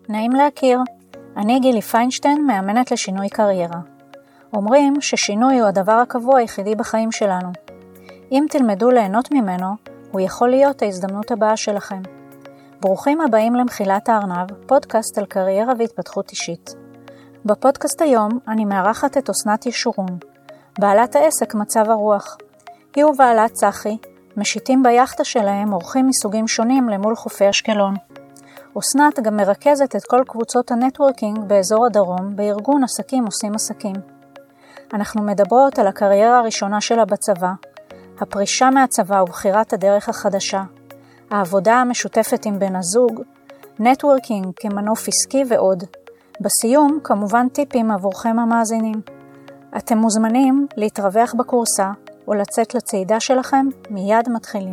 נעים להכיר, אני גילי פיינשטיין, מאמנת לשינוי קריירה. אומרים ששינוי הוא הדבר הקבוע היחידי בחיים שלנו. אם תלמדו ליהנות ממנו, הוא יכול להיות ההזדמנות הבאה שלכם. ברוכים הבאים למחילת הארנב, פודקאסט על קריירה והתפתחות אישית. בפודקאסט היום אני מארחת את אסנת ישורון, בעלת העסק מצב הרוח. היא ובעלת צחי משיטים ביחטה שלהם אורחים מסוגים שונים למול חופי אשקלון. אסנת גם מרכזת את כל קבוצות הנטוורקינג באזור הדרום בארגון עסקים עושים עסקים. אנחנו מדברות על הקריירה הראשונה שלה בצבא, הפרישה מהצבא ובחירת הדרך החדשה, העבודה המשותפת עם בן הזוג, נטוורקינג כמנוף עסקי ועוד. בסיום, כמובן טיפים עבורכם המאזינים. אתם מוזמנים להתרווח בקורסה או לצאת לצעידה שלכם, מיד מתחילים.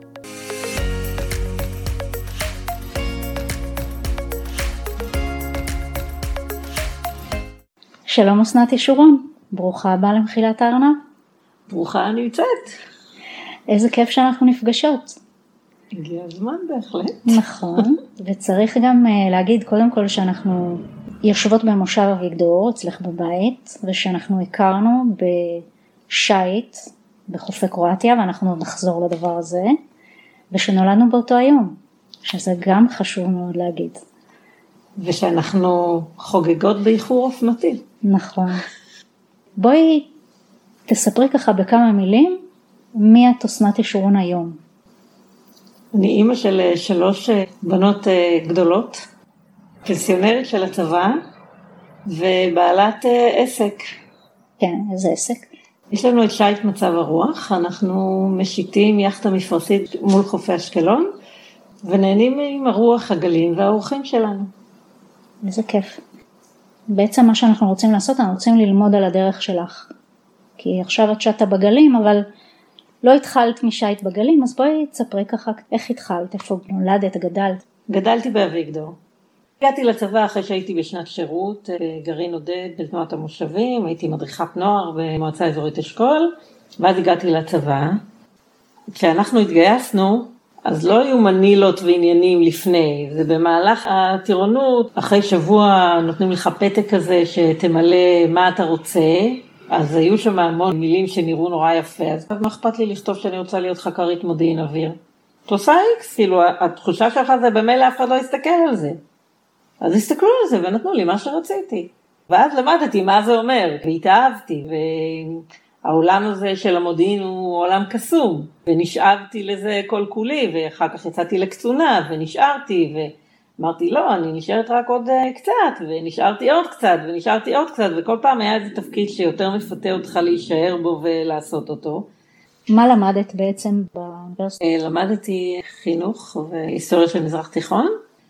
שלום אסנת ישורון, ברוכה הבאה למחילת הארנב. ברוכה נמצאת. איזה כיף שאנחנו נפגשות. הגיע הזמן בהחלט. נכון, וצריך גם להגיד קודם כל שאנחנו יושבות במושב אביגדור אצלך בבית, ושאנחנו הכרנו בשייט בחופי קרואטיה, ואנחנו נחזור לדבר הזה, ושנולדנו באותו היום, שזה גם חשוב מאוד להגיד. ושאנחנו חוגגות באיחור אופנתי. נכון. בואי תספרי ככה בכמה מילים, מי את אסנת ישורון היום? אני אימא של 3 בנות גדולות, פנסיונרית של הצבא, ובעלת עסק. כן, איזה עסק? יש לנו את שייט מצב הרוח, אנחנו משיטים יחטה מפרשית מול חופי אשקלון, ונהנים עם הרוח, הגלים והאורחים שלנו. איזה כיף. בעצם מה שאנחנו רוצים לעשות, אנחנו רוצים ללמוד על הדרך שלך. כי עכשיו את שטה בגלים, אבל לא התחלת משייט בגלים, אז בואי תספרי ככה איך התחלת, איפה נולדת, גדלת. גדלתי באביגדור. הגעתי לצבא אחרי שהייתי בשנת שירות, גרעין עודד בתנועת המושבים, הייתי מדריכת נוער במועצה אזורית אשכול, ואז הגעתי לצבא. כשאנחנו התגייסנו, אז לא היו מנילות ועניינים לפני, זה במהלך הטירונות, אחרי שבוע נותנים לך פתק כזה שתמלא מה אתה רוצה, אז היו שם המון מילים שנראו נורא יפה, אז מה אכפת לי לכתוב שאני רוצה להיות חקרית מודיעין אוויר? את עושה איקס, כאילו התחושה שלך זה במילא אף אחד לא יסתכל על זה. אז הסתכלו על זה ונתנו לי מה שרציתי. ואז למדתי מה זה אומר, והתאהבתי, והעולם הזה של המודיעין הוא עולם קסום, ונשאבתי לזה כל כולי, ואחר כך יצאתי לקצונה, ונשארתי, ואמרתי לא, אני נשארת רק עוד קצת, ונשארתי עוד קצת, ונשארתי עוד קצת, וכל פעם היה איזה תפקיד שיותר מפתה אותך להישאר בו ולעשות אותו. מה למדת בעצם באוניברסיטה? למדתי חינוך והיסטוריה של מזרח תיכון,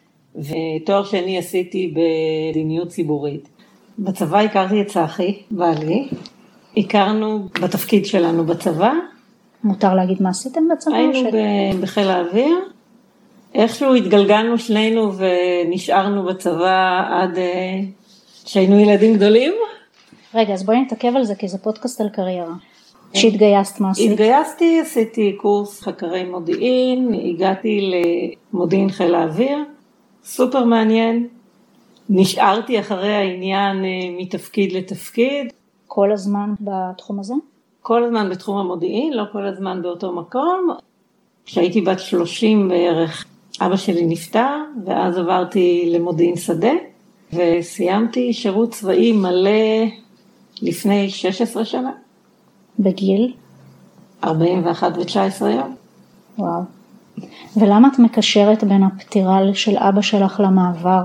ותואר שני עשיתי במדיניות ציבורית. בצבא הכרתי את צחי, בעלי, הכרנו בתפקיד שלנו בצבא. מותר להגיד מה עשיתם בצבא? היינו בחיל האוויר, איכשהו התגלגלנו שנינו ונשארנו בצבא עד שהיינו ילדים גדולים. רגע, אז בואי נתעכב על זה כי זה פודקאסט על קריירה. שהתגייסת, מה עשית? התגייסתי, עשיתי קורס חקרי מודיעין, הגעתי למודיעין חיל האוויר, סופר מעניין, נשארתי אחרי העניין מתפקיד לתפקיד. כל הזמן בתחום הזה? כל הזמן בתחום המודיעין, לא כל הזמן באותו מקום. כשהייתי בת 30 בערך, אבא שלי נפטר, ואז עברתי למודיעין שדה, וסיימתי שירות צבאי מלא לפני 16 שנה. בגיל? 41 ו-19 יום. וואו. ולמה את מקשרת בין הפטירה של אבא שלך למעבר?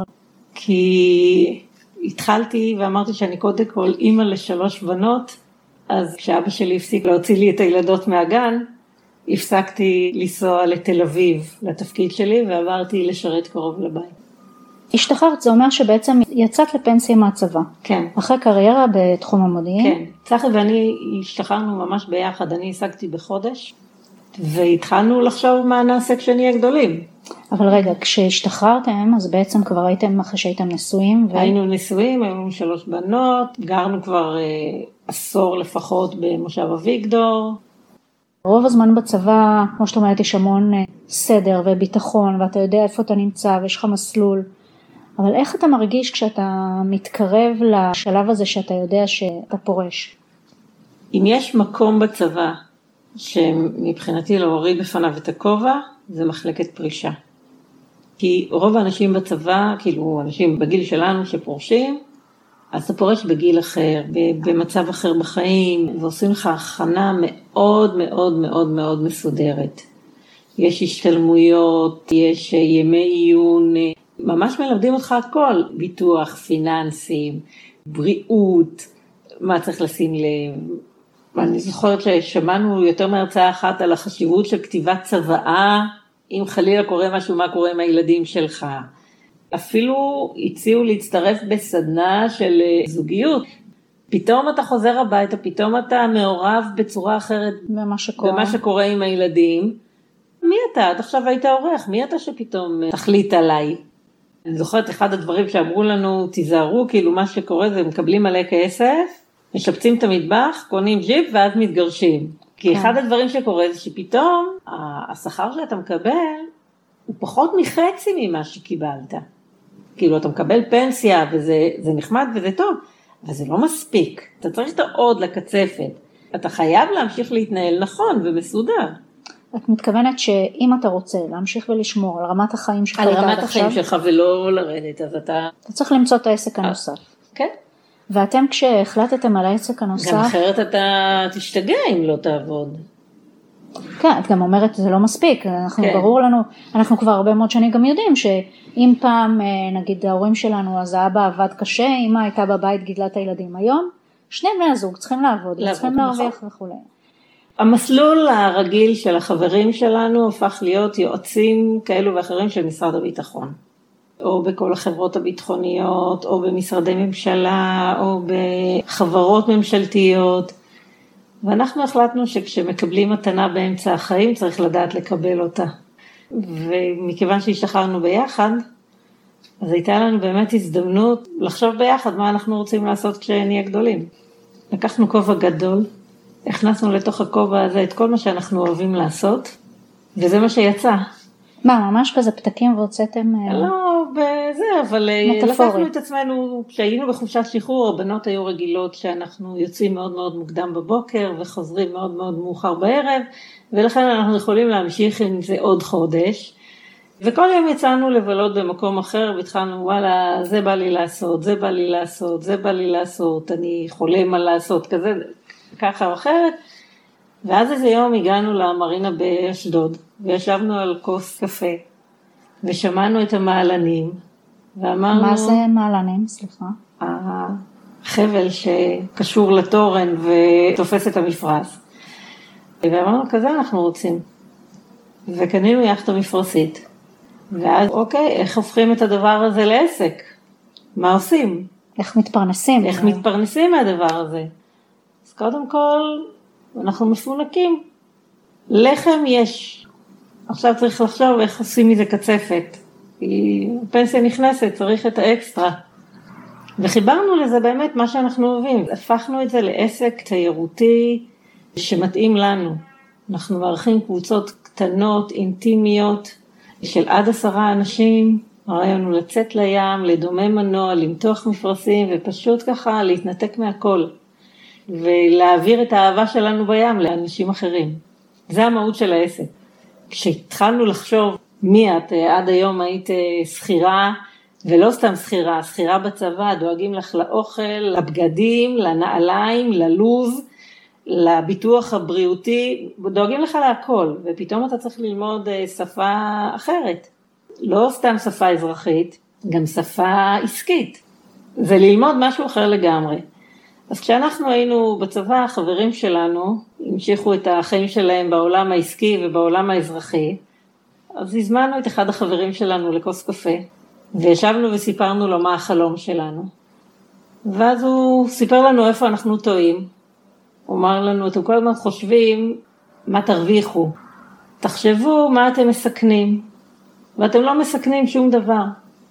כי התחלתי ואמרתי שאני קודם כל אימא ל3 בנות, אז כשאבא שלי הפסיק להוציא לי את הילדות מהגן, הפסקתי לנסוע לתל אביב לתפקיד שלי ועברתי לשרת קרוב לבית. השתחררת, זה אומר שבעצם יצאת לפנסיה מהצבא. כן. אחרי קריירה בתחום המודיעין? כן. צחי ואני השתחררנו ממש ביחד, אני השגתי בחודש, והתחלנו לחשוב מה נעשה כשנהיה גדולים. אבל רגע, כשהשתחררתם, אז בעצם כבר הייתם אחרי שהייתם נשואים? היינו נשואים, היינו 3 בנות, גרנו כבר עשור לפחות במושב אביגדור. רוב הזמן בצבא, כמו שאת אומרת, יש המון סדר וביטחון, ואתה יודע איפה אתה נמצא, ויש לך מסלול. אבל איך אתה מרגיש כשאתה מתקרב לשלב הזה שאתה יודע שאתה פורש? אם יש מקום בצבא שמבחינתי להוריד בפניו את הכובע, זה מחלקת פרישה. כי רוב האנשים בצבא, כאילו אנשים בגיל שלנו שפורשים, אז אתה פורש בגיל אחר, במצב אחר בחיים, ועושים לך הכנה מאוד מאוד מאוד מאוד מסודרת. יש השתלמויות, יש ימי עיון, ממש מלמדים אותך הכל, ביטוח, פיננסים, בריאות, מה צריך לשים לב. אני זוכרת ששמענו יותר מהרצאה אחת על החשיבות של כתיבת צוואה, אם חלילה קורה משהו, מה קורה עם הילדים שלך. אפילו הציעו להצטרף בסדנה של זוגיות. פתאום אתה חוזר הביתה, פתאום אתה מעורב בצורה אחרת במה שקורה עם הילדים. מי אתה? עד עכשיו היית עורך, מי אתה שפתאום תחליט עליי? אני זוכרת אחד הדברים שאמרו לנו, תיזהרו, כאילו מה שקורה זה מקבלים מלא כסף, משפצים את המטבח, קונים ג'יפ ואז מתגרשים. כי אחד הדברים שקורה זה שפתאום השכר שאתה מקבל הוא פחות מחצי ממה שקיבלת. כאילו אתה מקבל פנסיה וזה נחמד וזה טוב, אבל זה לא מספיק. אתה צריך את העוד לקצפת. אתה חייב להמשיך להתנהל נכון ומסודר. את מתכוונת שאם אתה רוצה להמשיך ולשמור על רמת החיים שלך, על רמת החיים שלך ולא לרדת, אז אתה צריך למצוא את העסק הנוסף. כן. ואתם כשהחלטתם על העסק הנוסף, גם אחרת אתה תשתגע אם לא תעבוד. כן, את גם אומרת זה לא מספיק, ברור לנו, אנחנו כבר הרבה מאוד שנים גם יודעים שאם פעם נגיד ההורים שלנו, אז האבא עבד קשה, אמא הייתה בבית גידלה את הילדים, היום שני בני הזוג צריכים לעבוד, צריכים להרוויח וכו'. המסלול הרגיל של החברים שלנו הפך להיות יועצים כאלו ואחרים של משרד הביטחון. או בכל החברות הביטחוניות, או במשרדי ממשלה, או בחברות ממשלתיות. ואנחנו החלטנו שכשמקבלים מתנה באמצע החיים, צריך לדעת לקבל אותה. ומכיוון שהשתחררנו ביחד, אז הייתה לנו באמת הזדמנות לחשוב ביחד מה אנחנו רוצים לעשות כשנהיה גדולים. לקחנו כובע גדול, הכנסנו לתוך הכובע הזה את כל מה שאנחנו אוהבים לעשות, וזה מה שיצא. מה, ממש כזה פתקים והוצאתם? לא, בזה, אבל לקחנו את עצמנו, כשהיינו בחופשת שחרור, הבנות היו רגילות שאנחנו יוצאים מאוד מאוד מוקדם בבוקר, וחוזרים מאוד מאוד מאוחר בערב, ולכן אנחנו יכולים להמשיך עם זה עוד חודש, וכל יום יצאנו לבלות במקום אחר, והתחלנו, וואלה, זה בא לי לעשות, זה בא לי לעשות, זה בא לי לעשות, אני חולם על לעשות כזה, ככה או אחרת, ואז איזה יום הגענו למרינה באשדוד, וישבנו על כוס קפה, ושמענו את המעלנים, ואמרנו... מה זה מעלנים, סליחה? החבל שקשור לתורן ותופס את המפרש. ואמרנו, כזה אנחנו רוצים. וקנינו יחד מפרסית. ואז, אוקיי, איך הופכים את הדבר הזה לעסק? מה עושים? איך מתפרנסים? איך מתפרנסים מהדבר הזה? אז קודם כל, אנחנו מפונקים. לחם יש. עכשיו צריך לחשוב איך עושים מזה קצפת. כי פנסיה נכנסת, צריך את האקסטרה. וחיברנו לזה באמת מה שאנחנו אוהבים. הפכנו את זה לעסק תיירותי שמתאים לנו. אנחנו מערכים קבוצות קטנות, אינטימיות, של עד 10 אנשים. הרעיון הוא לצאת לים, לדומם מנוע, למתוח מפרסים, ופשוט ככה להתנתק מהכל. ולהעביר את האהבה שלנו בים לאנשים אחרים. זה המהות של העסק. כשהתחלנו לחשוב מי את, עד היום היית שכירה, ולא סתם שכירה, שכירה בצבא, דואגים לך לאוכל, לבגדים, לנעליים, ללוז, לביטוח הבריאותי, דואגים לך להכל, ופתאום אתה צריך ללמוד שפה אחרת. לא סתם שפה אזרחית, גם שפה עסקית. זה ללמוד משהו אחר לגמרי. אז כשאנחנו היינו בצבא, החברים שלנו המשיכו את החיים שלהם בעולם העסקי ובעולם האזרחי, אז הזמנו את אחד החברים שלנו לכוס קפה, וישבנו וסיפרנו לו מה החלום שלנו. ואז הוא סיפר לנו איפה אנחנו טועים. הוא אמר לנו, אתם כל הזמן חושבים מה תרוויחו. תחשבו מה אתם מסכנים, ואתם לא מסכנים שום דבר.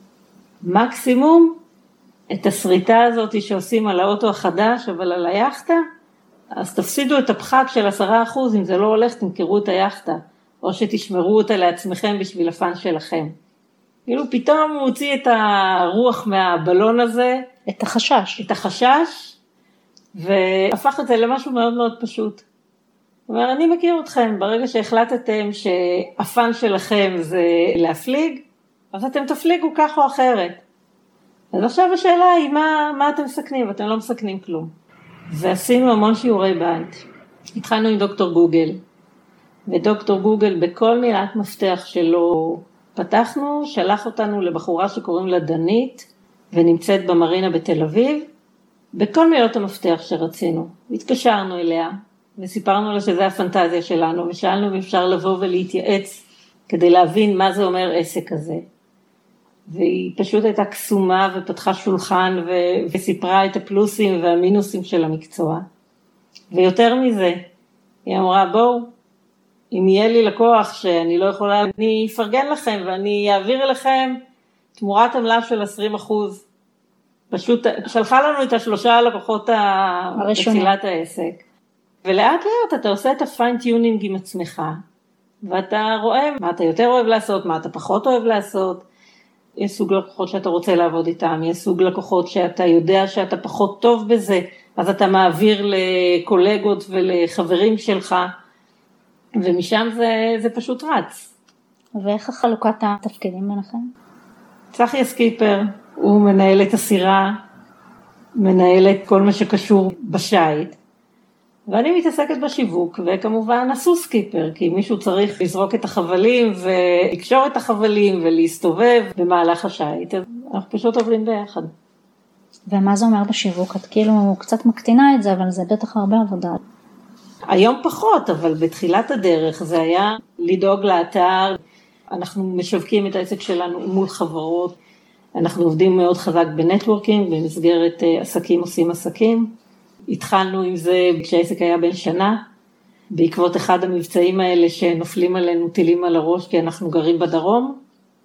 מקסימום, את הסריטה הזאת שעושים על האוטו החדש, אבל על היחטה, אז תפסידו את הפחת של 10%, אם זה לא הולך, תמכרו את היחטה, או שתשמרו אותה לעצמכם בשביל הפן שלכם. כאילו פתאום הוא הוציא את הרוח מהבלון הזה. את החשש. את החשש, והפך את זה למשהו מאוד מאוד פשוט. זאת אומרת, אני מכיר אתכם, ברגע שהחלטתם שהפן שלכם זה להפליג, אז אתם תפליגו כך או אחרת. אז עכשיו השאלה היא, מה אתם מסכנים? ואתם לא מסכנים כלום. ועשינו המון שיעורי בית. התחלנו עם דוקטור גוגל, ודוקטור גוגל בכל מילת מפתח שלו פתחנו, שלח אותנו לבחורה שקוראים לה דנית, ונמצאת במרינה בתל אביב, בכל מילות המפתח שרצינו. התקשרנו אליה, וסיפרנו לה שזה הפנטזיה שלנו, ושאלנו אם אפשר לבוא ולהתייעץ, כדי להבין מה זה אומר עסק הזה. והיא פשוט הייתה קסומה, ופתחה שולחן, וסיפרה את הפלוסים והמינוסים של המקצוע. ויותר מזה, היא אמרה, בואו, אם יהיה לי לקוח שאני לא יכולה, אני אפרגן לכם, ואני אעביר אליכם תמורת עמלה של 20%. פשוט שלחה לנו את 3 לקוחות בתחילת העסק. ולאט לאט אתה עושה את הפיין-טיונינג עם עצמך, ואתה רואה מה אתה יותר אוהב לעשות, מה אתה פחות אוהב לעשות. יש סוג לקוחות שאתה רוצה לעבוד איתם, יש סוג לקוחות שאתה יודע שאתה פחות טוב בזה, אז אתה מעביר לקולגות ולחברים שלך, ומשם זה פשוט רץ. ואיך החלוקת התפקידים ביניכם? צחי הסקיפר, הוא מנהל את הסירה, מנהל את כל מה שקשור בשייט, ואני מתעסקת בשיווק, וכמובן הסוס סקיפר, כי מישהו צריך לזרוק את החבלים, ולקשור את החבלים, ולהסתובב במהלך השייט, אנחנו פשוט עוברים ביחד. ומה זה אומר בשיווק? את כאילו קצת מקטינה את זה, אבל זה בטח הרבה עבודה. היום פחות, אבל בתחילת הדרך זה היה לדאוג לאתר, אנחנו משווקים את העסק שלנו מול חברות, אנחנו עובדים מאוד חזק בנטוורקינג, במסגרת עסקים עושים עסקים. התחלנו עם זה כשהעסק היה בן שנה, בעקבות אחד המבצעים האלה שנופלים עלינו טילים על הראש, כי אנחנו גרים בדרום,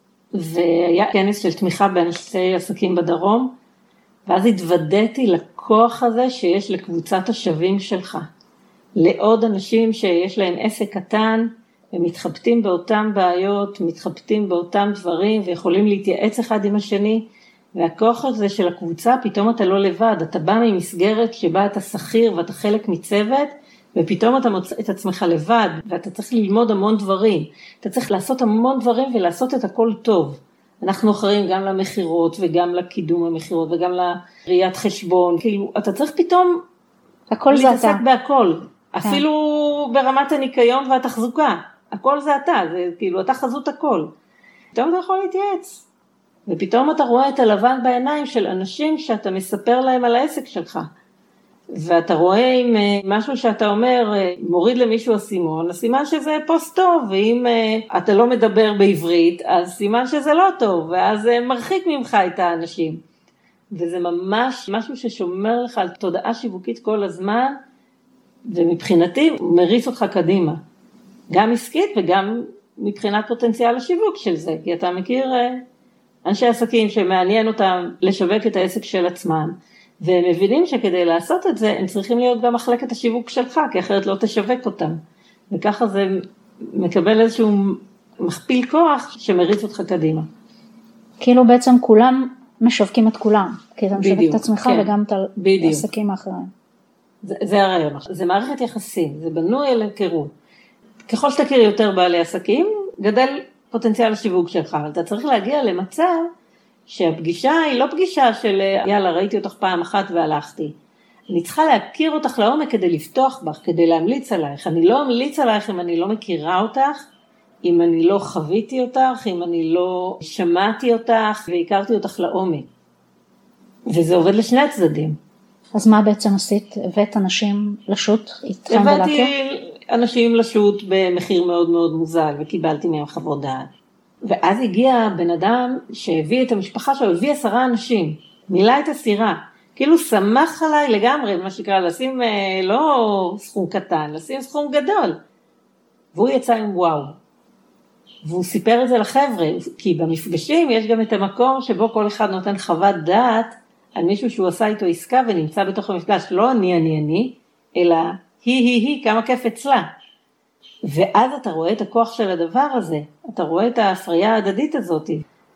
והיה כנס של תמיכה באנשי עסקים בדרום, ואז התוודעתי לכוח הזה שיש לקבוצת השווים שלך, לעוד אנשים שיש להם עסק קטן, ומתחבטים באותם בעיות, מתחבטים באותם דברים, ויכולים להתייעץ אחד עם השני, והכוח הזה של הקבוצה, פתאום אתה לא לבד, אתה בא ממסגרת שבה אתה שכיר ואתה חלק מצוות, ופתאום אתה מוצא את עצמך לבד, ואתה צריך ללמוד המון דברים, אתה צריך לעשות המון דברים ולעשות את הכל טוב. אנחנו אחראים גם למחירות וגם לקידום המחירות וגם לראיית חשבון, כאילו אתה צריך פתאום הכל זה להתעסק אתה. בהכל, אפילו ברמת הניקיון והתחזוקה, הכל זה אתה, זה כאילו אתה חזות הכל. פתאום אתה יכול להתייעץ. ופתאום אתה רואה את הלבן בעיניים של אנשים שאתה מספר להם על העסק שלך. ואתה רואה אם משהו שאתה אומר, מוריד למישהו הסימון, הסימן שזה פוסט טוב, ואם אתה לא מדבר בעברית, אז סימן שזה לא טוב, ואז זה מרחיק ממך את האנשים. וזה ממש משהו ששומר לך על תודעה שיווקית כל הזמן, ומבחינתי הוא מריץ אותך קדימה. גם עסקית וגם מבחינת פוטנציאל השיווק של זה, כי אתה מכיר אנשי עסקים שמעניין אותם לשווק את העסק של עצמם, והם מבינים שכדי לעשות את זה, הם צריכים להיות גם מחלקת השיווק שלך, כי אחרת לא תשווק אותם. וככה זה מקבל איזשהו מכפיל כוח שמריץ אותך קדימה. כאילו בעצם כולם משווקים את כולם, כי אתה משווק את עצמך כן, וגם את העסקים האחרים. זה הרעיון, זה מערכת יחסים, זה בנוי על היכרות. ככל שתכיר יותר בעלי עסקים, גדל פוטנציאל השיווק שלך, אבל אתה צריך להגיע למצב שהפגישה היא לא פגישה של יאללה ראיתי אותך פעם אחת והלכתי. אני צריכה להכיר אותך לעומק כדי לפתוח בך, כדי להמליץ עלייך. אני לא אמליץ עלייך אם אני לא מכירה אותך, אם אני לא חוויתי אותך, אם אני לא שמעתי אותך והכרתי אותך לעומק. וזה עובד לשני הצדדים. אז מה בעצם עשית? הבאת אנשים לשוט איתכם ולהכיר? הבאתי אנשים לשוט במחיר מאוד מאוד מוזל וקיבלתי מהם חוות דעת. ואז הגיע בן אדם שהביא את המשפחה שלו, הביא 10 אנשים, מילא את הסירה, כאילו שמח עליי לגמרי, מה שקרה, לשים לא סכום קטן, לשים סכום גדול. והוא יצא עם וואו. והוא סיפר את זה לחבר'ה, כי במפגשים יש גם את המקום שבו כל אחד נותן חוות דעת על מישהו שהוא עשה איתו עסקה ונמצא בתוך המפגש, לא אני, אלא היא, כמה כיף אצלה. ואז אתה רואה את הכוח של הדבר הזה, אתה רואה את ההפריה ההדדית הזאת.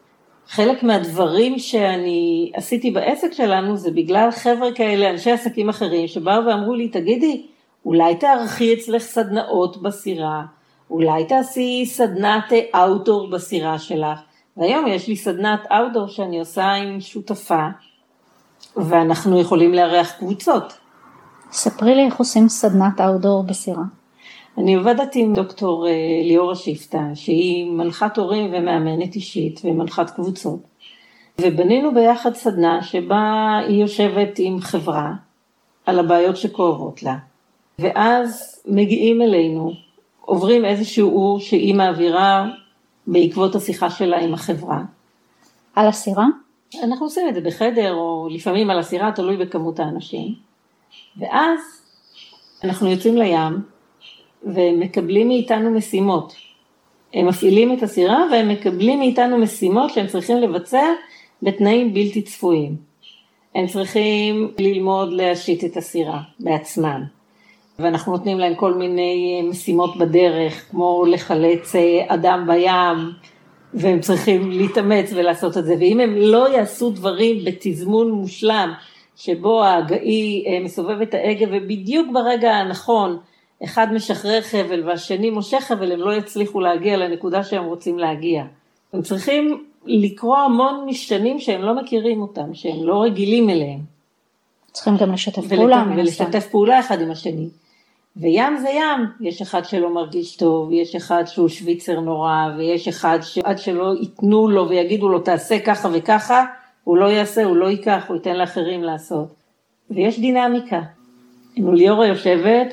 חלק מהדברים שאני עשיתי בעסק שלנו, זה בגלל חבר'ה כאלה, אנשי עסקים אחרים, שבאו ואמרו לי, תגידי, אולי תערכי אצלך סדנאות בסירה, אולי תעשי סדנת אאוטדור בסירה שלך, והיום יש לי סדנת אאוטדור שאני עושה עם שותפה, ואנחנו יכולים לארח קבוצות. ספרי לי איך עושים סדנת אאוטדור בסירה. אני עובדת עם דוקטור ליאורה שיפטה, שהיא מנחת הורים ומאמנת אישית ומנחת קבוצות. ובנינו ביחד סדנה שבה היא יושבת עם חברה על הבעיות שכואבות לה. ואז מגיעים אלינו, עוברים איזשהו אור שהיא מעבירה בעקבות השיחה שלה עם החברה. על הסירה? אנחנו עושים את זה בחדר או לפעמים על הסירה, תלוי בכמות האנשים. ואז אנחנו יוצאים לים והם מקבלים מאיתנו משימות. הם מפעילים את הסירה והם מקבלים מאיתנו משימות שהם צריכים לבצע בתנאים בלתי צפויים. הם צריכים ללמוד להשיט את הסירה בעצמם. ואנחנו נותנים להם כל מיני משימות בדרך, כמו לחלץ אדם בים, והם צריכים להתאמץ ולעשות את זה. ואם הם לא יעשו דברים בתזמון מושלם, שבו ההגאי מסובב את ההגה, ובדיוק ברגע הנכון, אחד משחרר חבל והשני מושך חבל, הם לא יצליחו להגיע לנקודה שהם רוצים להגיע. הם צריכים לקרוא המון משתנים שהם לא מכירים אותם, שהם לא רגילים אליהם. צריכים גם לשתף פעולה. ולשתף פעולה אחד עם השני. וים זה ים, יש אחד שלא מרגיש טוב, יש אחד שהוא שוויצר נורא, ויש אחד שעד שלא ייתנו לו ויגידו לו תעשה ככה וככה, הוא לא יעשה, הוא לא ייקח, הוא ייתן לאחרים לעשות. ויש דינמיקה. ליאורה יושבת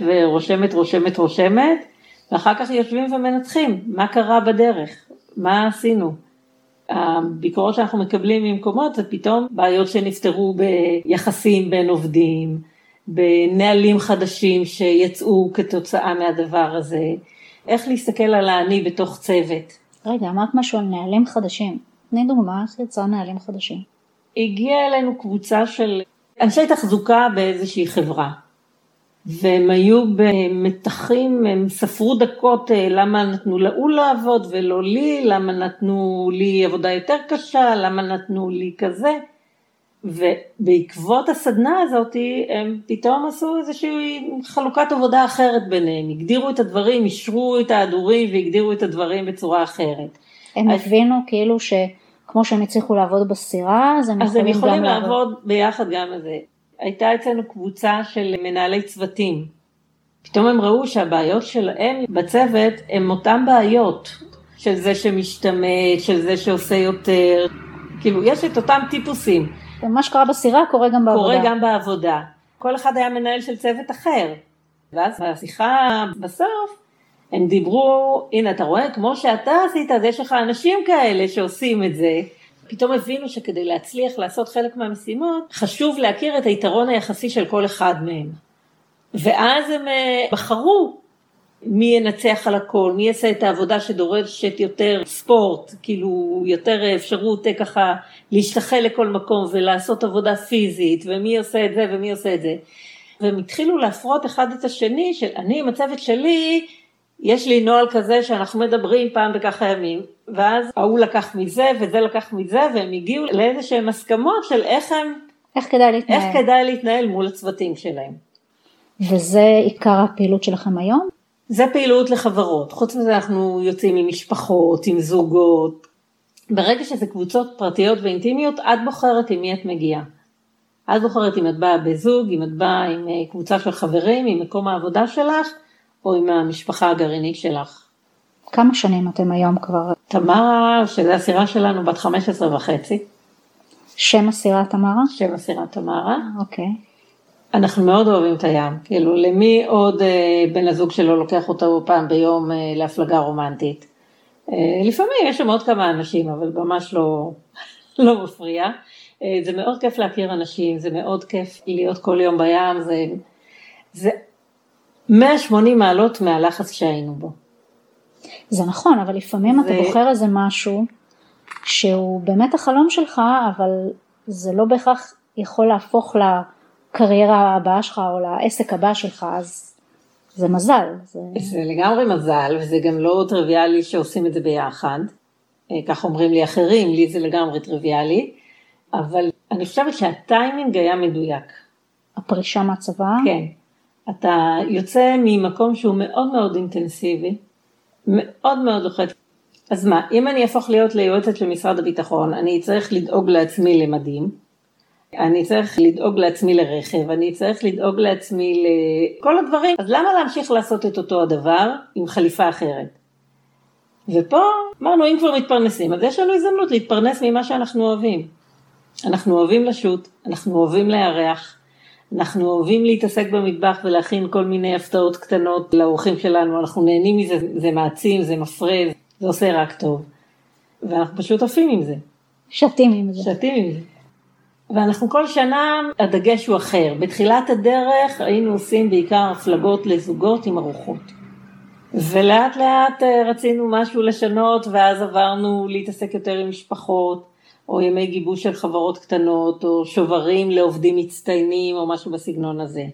ורושמת, ואחר כך יושבים ומנתחים, מה קרה בדרך, מה עשינו. הביקורות שאנחנו מקבלים ממקומות, זה פתאום בעיות שנפתרו ביחסים בין עובדים, בנהלים חדשים שיצאו כתוצאה מהדבר הזה, איך להסתכל על האני בתוך צוות. רגע, אמרת משהו על נהלים חדשים, תני דוגמה, איך יצא נהלים חדשים? הגיעה אלינו קבוצה של אנשי תחזוקה באיזושהי חברה, והם היו במתחים, הם ספרו דקות למה נתנו להוא לעבוד ולא לי, למה נתנו לי עבודה יותר קשה, למה נתנו לי כזה, ובעקבות הסדנה הזאת הם פתאום עשו איזושהי חלוקת עבודה אחרת ביניהם, הגדירו את הדברים, אישרו את ההדורים והגדירו את הדברים בצורה אחרת. הם הבינו כאילו שכמו שהם הצליחו לעבוד בסירה, אז הם יכולים לעבוד ביחד גם לזה. הייתה אצלנו קבוצה של מנהלי צוותים, פתאום הם ראו שהבעיות שלהם בצוות הם אותם בעיות, של זה שמשתמט, של זה שעושה יותר, כאילו יש את אותם טיפוסים. ומה שקרה בסירה קורה גם בעבודה. קורה גם בעבודה. כל אחד היה מנהל של צוות אחר. ואז בשיחה בסוף, הם דיברו, הנה אתה רואה, כמו שאתה עשית, אז יש לך אנשים כאלה שעושים את זה. פתאום הבינו שכדי להצליח לעשות חלק מהמשימות, חשוב להכיר את היתרון היחסי של כל אחד מהם. ואז הם בחרו מי ינצח על הכל, מי יעשה את העבודה שדורשת יותר ספורט, כאילו יותר אפשרות ככה להשתחל לכל מקום ולעשות עבודה פיזית, ומי עושה את זה ומי עושה את זה. והם התחילו להפרות אחד את השני, של אני עם הצוות שלי, יש לי נוהל כזה שאנחנו מדברים פעם בככה ימים, ואז ההוא לקח מזה וזה לקח מזה, והם הגיעו לאיזשהם הסכמות של איך כדאי להתנהל מול הצוותים שלהם. וזה עיקר הפעילות שלכם היום? זה פעילות לחברות, חוץ מזה אנחנו יוצאים עם משפחות, עם זוגות, ברגע שזה קבוצות פרטיות ואינטימיות, את בוחרת עם מי את מגיעה. את בוחרת אם את באה בזוג, אם את באה עם קבוצה של חברים, עם מקום העבודה שלך, או עם המשפחה הגרעינית שלך. כמה שנים אתם היום כבר? תמרה, שזה הסירה שלנו, בת 15.5. שם הסירה תמרה? שם הסירה תמרה. אוקיי. אנחנו מאוד אוהבים את הים, כאילו למי עוד בן הזוג שלו לוקח אותו פעם ביום להפלגה רומנטית. לפעמים יש שם עוד כמה אנשים, אבל ממש לא מפריע. זה מאוד כיף להכיר אנשים, זה מאוד כיף להיות כל יום בים, זה 180 מעלות מהלחץ שהיינו בו. זה נכון, אבל לפעמים אתה בוחר איזה משהו שהוא באמת החלום שלך, אבל זה לא בהכרח יכול להפוך לקריירה הבאה שלך או לעסק הבא שלך, אז זה מזל. זה לגמרי מזל, וזה גם לא טריוויאלי שעושים את זה ביחד. כך אומרים לי אחרים, לי זה לגמרי טריוויאלי, אבל אני חושבת שהטיימינג היה מדויק. הפרישה מהצבא? כן. אתה יוצא ממקום שהוא מאוד מאוד אינטנסיבי, מאוד מאוד לוחץ. אז מה, אם אני אהפוך להיות ליועצת של משרד הביטחון, אני צריך לדאוג לעצמי למדים, אני צריך לדאוג לעצמי לרכב, אני צריך לדאוג לעצמי לכל הדברים, אז למה להמשיך לעשות את אותו הדבר עם חליפה אחרת? ופה אמרנו, אם כבר מתפרנסים, אז יש לנו הזדמנות להתפרנס ממה שאנחנו אוהבים. אנחנו אוהבים לשוט, אנחנו אוהבים לארח, אנחנו אוהבים להתעסק במטבח ולהכין כל מיני הפתעות קטנות לאורחים שלנו, אנחנו נהנים מזה, זה מעצים, זה מפרה, זה עושה רק טוב. ואנחנו פשוט עפים עם זה. שתים עם זה. שתים עם זה. ואנחנו כל שנה, הדגש הוא אחר. בתחילת הדרך היינו עושים בעיקר הפלגות לזוגות עם ארוחות. ולאט לאט רצינו משהו לשנות, ואז עברנו להתעסק יותר עם משפחות, או ימי גיבוש של חברות קטנות, או שוברים לעובדים מצטיינים, או משהו בסגנון הזה.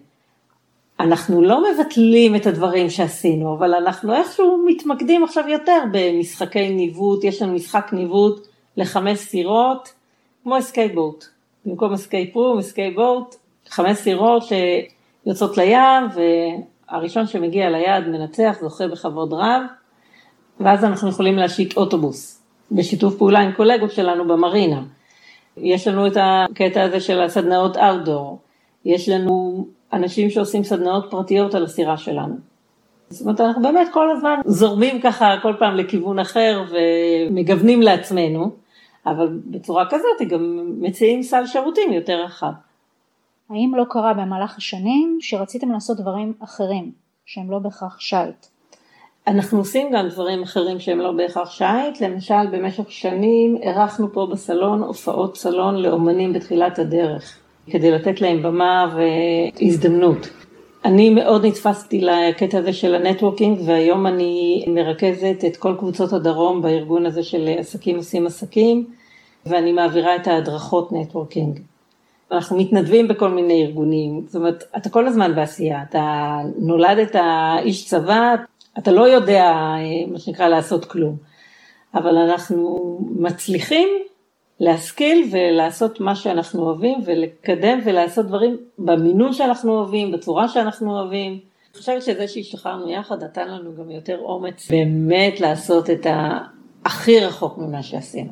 אנחנו לא מבטלים את הדברים שעשינו, אבל אנחנו איכשהו מתמקדים עכשיו יותר במשחקי ניווט, יש לנו משחק ניווט ל5 סירות, כמו אסקייבוט. במקום אסקייפרום, אסקייבוט, 5 סירות שיוצאות לים, והראשון שמגיע ליעד מנצח, זוכה בכבוד רב, ואז אנחנו יכולים להשיט אוטובוס, בשיתוף פעולה עם קולגות שלנו במרינה. יש לנו את הקטע הזה של הסדנאות אאוטדור, יש לנו אנשים שעושים סדנאות פרטיות על הסירה שלנו. זאת אומרת, אנחנו באמת כל הזמן זורמים ככה כל פעם לכיוון אחר ומגוונים לעצמנו, אבל בצורה כזאת גם מציעים סל שירותים יותר רחב. האם לא קרה במהלך השנים שרציתם לעשות דברים אחרים, שהם לא בהכרח שייט? אנחנו עושים גם דברים אחרים שהם לא בהכרח שייט, למשל במשך שנים ערכנו פה בסלון הופעות סלון לאומנים בתחילת הדרך, כדי לתת להם במה והזדמנות. אני מאוד נתפסתי לקטע הזה של הנטוורקינג, והיום אני מרכזת את כל קבוצות הדרום בארגון הזה של עסקים עושים עסקים, ואני מעבירה את ההדרכות נטוורקינג. אנחנו מתנדבים בכל מיני ארגונים, זאת אומרת, אתה כל הזמן בעשייה, אתה נולדת איש צבא, אתה לא יודע מה שנקרא לעשות כלום, אבל אנחנו מצליחים להשכיל ולעשות מה שאנחנו אוהבים, ולקדם ולעשות דברים במינון שאנחנו אוהבים, בצורה שאנחנו אוהבים. אני חושבת שזה שהשתחררנו יחד, נתן לנו גם יותר אומץ באמת לעשות את הכי רחוק ממה שעשינו.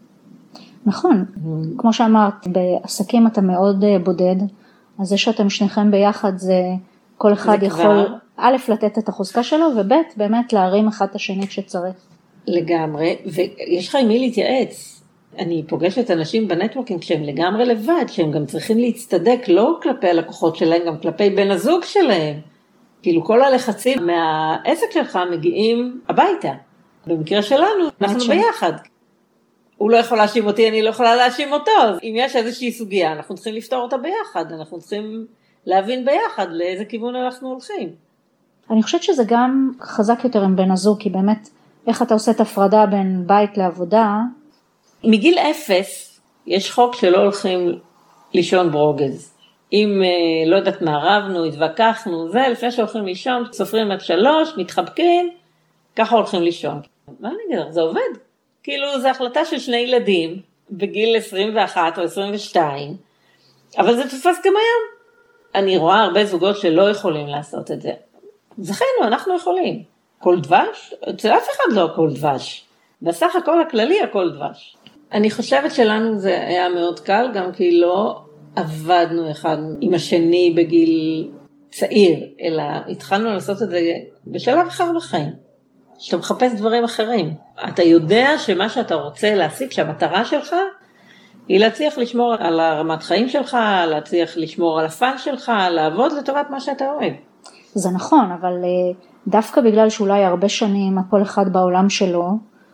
נכון, כמו שאמרת, בעסקים אתה מאוד בודד, אז זה שאתם שניכם ביחד, זה כל אחד יכול א' לתת את החוזקה שלו, וב' באמת להרים אחד את השני כשצריך. לגמרי, ויש לך עם מי להתייעץ. אני פוגשת אנשים בנטוורקינג שהם לגמרי לבד, שהם גם צריכים להצטדק לא כלפי הלקוחות שלהם, גם כלפי בן הזוג שלהם. כאילו כל הלחצים מהעסק שלך מגיעים הביתה. במקרה שלנו, אנחנו ביחד. הוא לא יכול להאשים אותי, אני לא יכולה להאשים אותו. אם יש איזושהי סוגיה, אנחנו צריכים לפתור אותה ביחד, אנחנו צריכים להבין ביחד לאיזה כיוון אנחנו הולכים. אני חושבת שזה גם חזק יותר עם בן הזוג, כי באמת איך אתה עושה את הפרדה בין בית לעבודה, מגיל 0 יש חוק שלא הולכים לישון ברוגז. אם לא יודעת מה רבנו, התווכחנו, זה לפני שהולכים לישון, סופרים עד 3, מתחבקים, ככה הולכים לישון. מה אני אגיד? זה עובד. כאילו זו החלטה של 2 ילדים, בגיל 21 או 22, אבל זה תופס גם היום. אני רואה הרבה זוגות שלא יכולים לעשות את זה. זכינו, אנחנו יכולים. כל דבש? אצל אף אחד לא כל דבש. בסך הכל הכללי הכל דבש. אני חושבת שלנו זה היה מאוד קל, גם כי לא עבדנו אחד עם השני בגיל צעיר, אלא התחלנו לעשות את זה בשלב אחר בחיים. שאתה מחפש דברים אחרים. אתה יודע שמה שאתה רוצה להשיג, שהמטרה שלך, היא להצליח לשמור על הרמת חיים שלך, להצליח לשמור על הפן שלך, לעבוד לטובת מה שאתה אוהב. זה נכון, אבל דווקא בגלל שאולי הרבה שנים כל אחד בעולם שלו,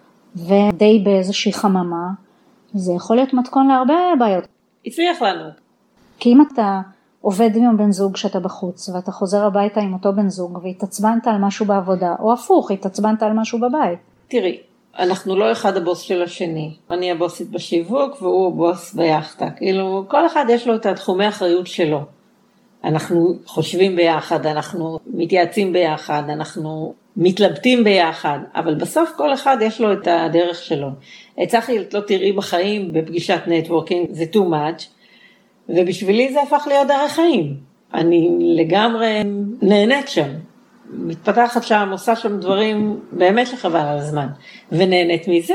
ודי באיזושהי חממה, זה יכול להיות מתכון להרבה בעיות. הצליח לנו. כי אם אתה עובד עם בן זוג שאתה בחוץ, ואתה חוזר הביתה עם אותו בן זוג, והתעצבנת על משהו בעבודה, או הפוך, התעצבנת על משהו בבית. תראי, אנחנו לא אחד הבוס של השני. אני הבוסית בשיווק, והוא הבוס ביחדה. כאילו, כל אחד יש לו את התחומי האחריות שלו. אנחנו חושבים ביחד, אנחנו מתייעצים ביחד, אנחנו מתלבטים ביחד, אבל בסוף כל אחד יש לו את הדרך שלו. צחי, לא תראי בחיים בפגישת נטוורקינג, זה too much, ובשבילי זה הפך להיות דרך חיים. אני לגמרי נהנית שם, מתפתחת שם, עושה שם דברים באמת לחבל על הזמן, ונהנית מזה.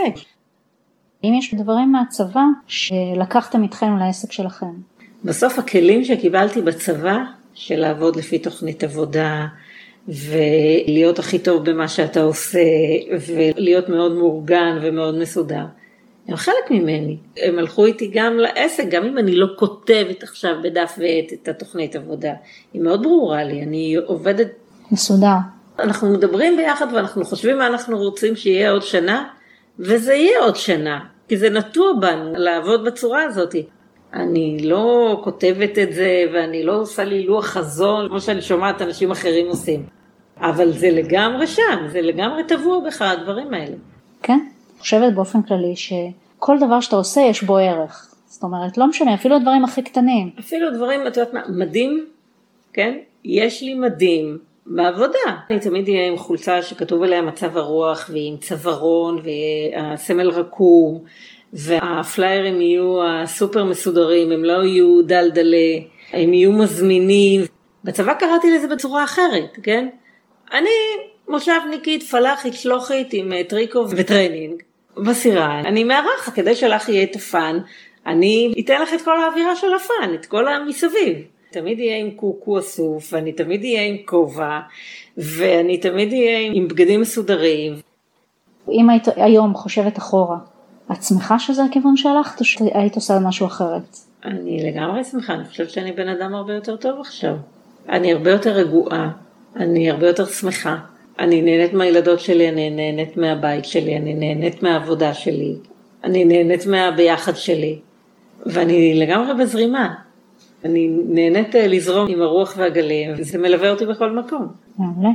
אם יש דברים מהצבא שלקחתם איתכם לעסק שלכם? בסוף הכלים שקיבלתי בצבא, של לעבוד לפי תוכנית עבודה, ולהיות הכי טוב במה שאתה עושה, ולהיות מאוד מאורגן ומאוד מסודר, הם חלק ממני. הם הלכו איתי גם לעסק, גם אם אני לא כותבת עכשיו בדף ועט את התוכנית עבודה. היא מאוד ברורה לי, אני עובדת מסודר. אנחנו מדברים ביחד ואנחנו חושבים מה אנחנו רוצים שיהיה עוד שנה, וזה יהיה עוד שנה, כי זה נטוע בנו לעבוד בצורה הזאת. אני לא כותבת את זה, ואני לא עושה לי לוח חזון, כמו שאני שומעת אנשים אחרים עושים. אבל זה לגמרי שם, זה לגמרי טבוע בך, הדברים האלה. כן, אני חושבת באופן כללי שכל דבר שאתה עושה יש בו ערך. זאת אומרת, לא משנה, אפילו הדברים הכי קטנים. אפילו דברים, את יודעת מה, מדים, כן? יש לי מדים בעבודה. אני תמיד אהיה עם חולצה שכתוב עליה מצב הרוח, ועם צווארון, והסמל רקום, והפליירים יהיו הסופר מסודרים, הם לא יהיו דלדלה, הם יהיו מזמינים. בצבא קראתי לזה בצורה אחרת, כן? אני מושבניקית, פלחית, שלוחית עם טריקו וטרנינג בסירה. אני מערכת כדי שלך יהיה את הפן, אני אתן לך את כל האווירה של הפן, את כל המסביב. תמיד יהיה עם קוקו אסוף, ואני תמיד יהיה עם כובע, ואני תמיד אהיה עם בגדים מסודרים. אם היית היום חושבת אחורה, את שמחה שזה הכיוון שהלכת, או שהיית עושה משהו אחרת? אני לגמרי שמחה, אני חושבת שאני בן אדם הרבה יותר טוב עכשיו. אני הרבה יותר רגועה, אני הרבה יותר שמחה. אני נהנית מהילדות שלי, אני נהנית מהבית שלי, אני נהנית מהעבודה שלי, אני נהנית מהביחד שלי, ואני לגמרי בזרימה. אני נהנית לזרום עם הרוח והגלים, וזה מלווה אותי בכל מקום. מעולה.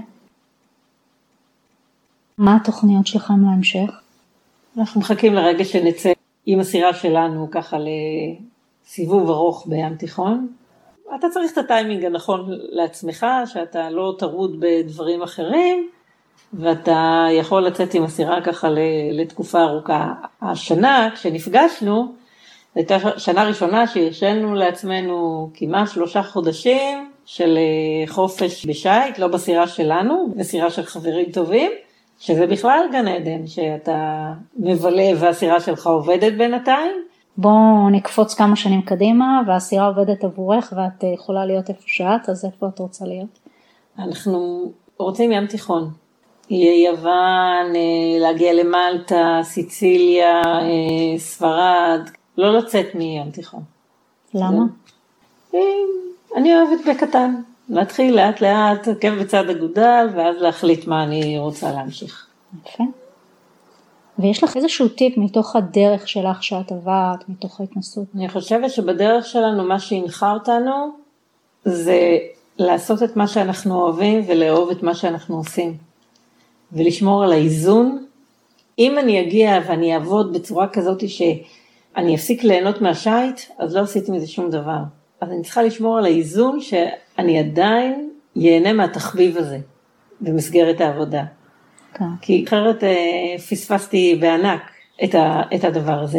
מה התוכניות שלכם להמשך? אנחנו מחכים לרגע שנצא עם הסירה שלנו ככה לסיבוב ארוך בים תיכון. אתה צריך את הטיימינג הנכון לעצמך, שאתה לא תרוד בדברים אחרים, ואתה יכול לצאת עם הסירה ככה לתקופה ארוכה. השנה, כשנפגשנו, הייתה שנה ראשונה שישנו לעצמנו כמעט 3 חודשים של חופש בשייט, לא בסירה שלנו, בסירה של חברים טובים, שזה בכלל גן עדן, שאתה מבלה והסירה שלך עובדת בינתיים. בואו נקפוץ כמה שנים קדימה, והסירה עובדת עבורך, ואת יכולה להיות איפה שאת, אז איפה את רוצה להיות? אנחנו רוצים ים תיכון. יהיה יוון, להגיע למלטה, סיציליה, ספרד, לא לצאת מים תיכון. למה? אני אוהבת בקטן. להתחיל לאט לאט, עקב בצד אגודל, ואז להחליט מה אני רוצה להמשיך. יפה. ויש לך איזשהו טיפ מתוך הדרך שלך שאת עברת, מתוך ההתנסות? אני חושבת שבדרך שלנו, מה שהנחה אותנו, זה לעשות את מה שאנחנו אוהבים, ולאהוב את מה שאנחנו עושים. ולשמור על האיזון. אם אני אגיע ואני אעבוד בצורה כזאת שאני אפסיק ליהנות מהשייט, אז לא עשיתי מזה שום דבר. אז אני צריכה לשמור על האיזון שאני עדיין ייהנה מהתחביב הזה במסגרת העבודה. כן. כי אחרת פספסתי בענק את הדבר הזה.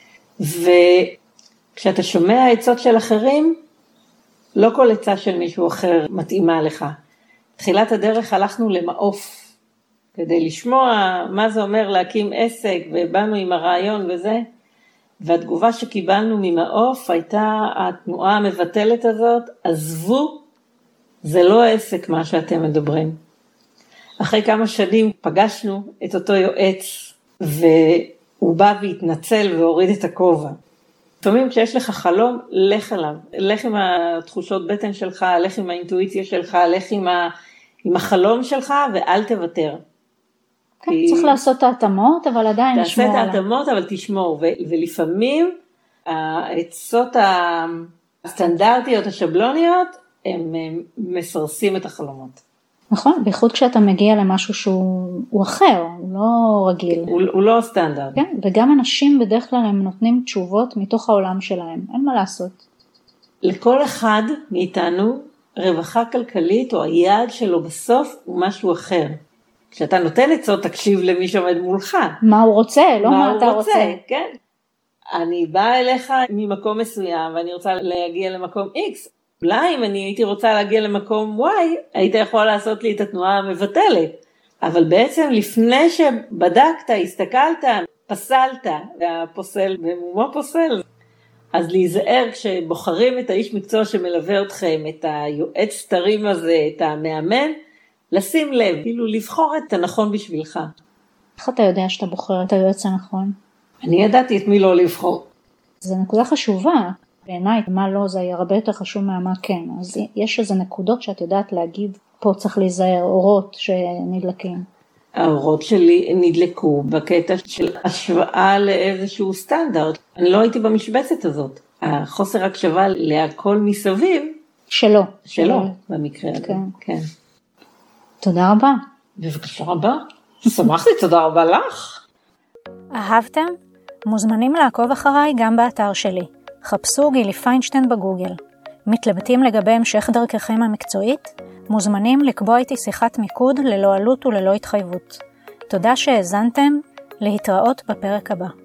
וכשאתה שומע עצות של אחרים, לא כל עצה של מישהו אחר מתאימה לך. תחילת הדרך הלכנו למעוף, כדי לשמוע מה זה אומר להקים עסק, ובאנו עם הרעיון וזה, והתגובה שקיבלנו ממעוף הייתה התנועה המבטלת הזאת, עזבו, זה לא עסק מה שאתם מדברים. אחרי כמה שנים פגשנו את אותו יועץ, והוא בא והתנצל והוריד את הכובע. לפעמים כשיש לך חלום, לך אליו, לך עם התחושות בטן שלך, לך עם האינטואיציה שלך, לך עם החלום שלך, ואל תוותר. כן, צריך לעשות את ההתאמות, אבל עדיין לשמור עליו. תעשה את ההתאמות, אבל תשמור, ולפעמים העצות הסטנדרטיות, השבלוניות, הם מסרסים את החלומות. נכון, בייחוד כשאתה מגיע למשהו שהוא אחר, הוא לא רגיל. הוא לא סטנדרט. כן, וגם אנשים בדרך כלל הם נותנים תשובות מתוך העולם שלהם, אין מה לעשות. לכל אחד מאיתנו, רווחה כלכלית או היעד שלו בסוף הוא משהו אחר. כשאתה נותן עצות, תקשיב למי שעומד מולך. מה הוא רוצה, לא מה אתה רוצה. כן. אני באה אליך ממקום מסוים, ואני רוצה להגיע למקום X. אולי אם אני הייתי רוצה להגיע למקום Y, היית יכול לעשות לי את התנועה המבטלת. אבל בעצם לפני שבדקת, הסתכלת, פסלת, והפוסל במומו פוסל. אז להיזהר כשבוחרים את האיש מקצוע שמלווה אתכם, את היועץ תרים הזה, את המאמן, לשים לב, כאילו לבחור את הנכון בשבילך. איך אתה יודע שאתה בוחר את היועץ הנכון? אני ידעתי את מי לא לבחור. זו נקודה חשובה. בעיניי, מה לא, זה היה הרבה יותר חשוב מהמה כן. אז יש איזה נקודות שאת יודעת להגיד, פה צריך להיזהר, אורות שנדלקים. האורות שלי נדלקו בקטע של השוואה לאיזשהו סטנדרט. אני לא הייתי במשבצת הזאת. החוסר הקשבה להכל מסביב. שלא. במקרה הזה. כן. תודה רבה. בבקשה רבה. שמחתי, תודה רבה לך. אהבתם? מוזמנים לעקוב אחריי גם באתר שלי. חפשו גילי פיינשטיין בגוגל. מתלבטים לגבי המשך דרככם המקצועית? מוזמנים לקבוע איתי שיחת מיקוד ללא עלות וללא התחייבות. תודה שהאזנתם, להתראות בפרק הבא.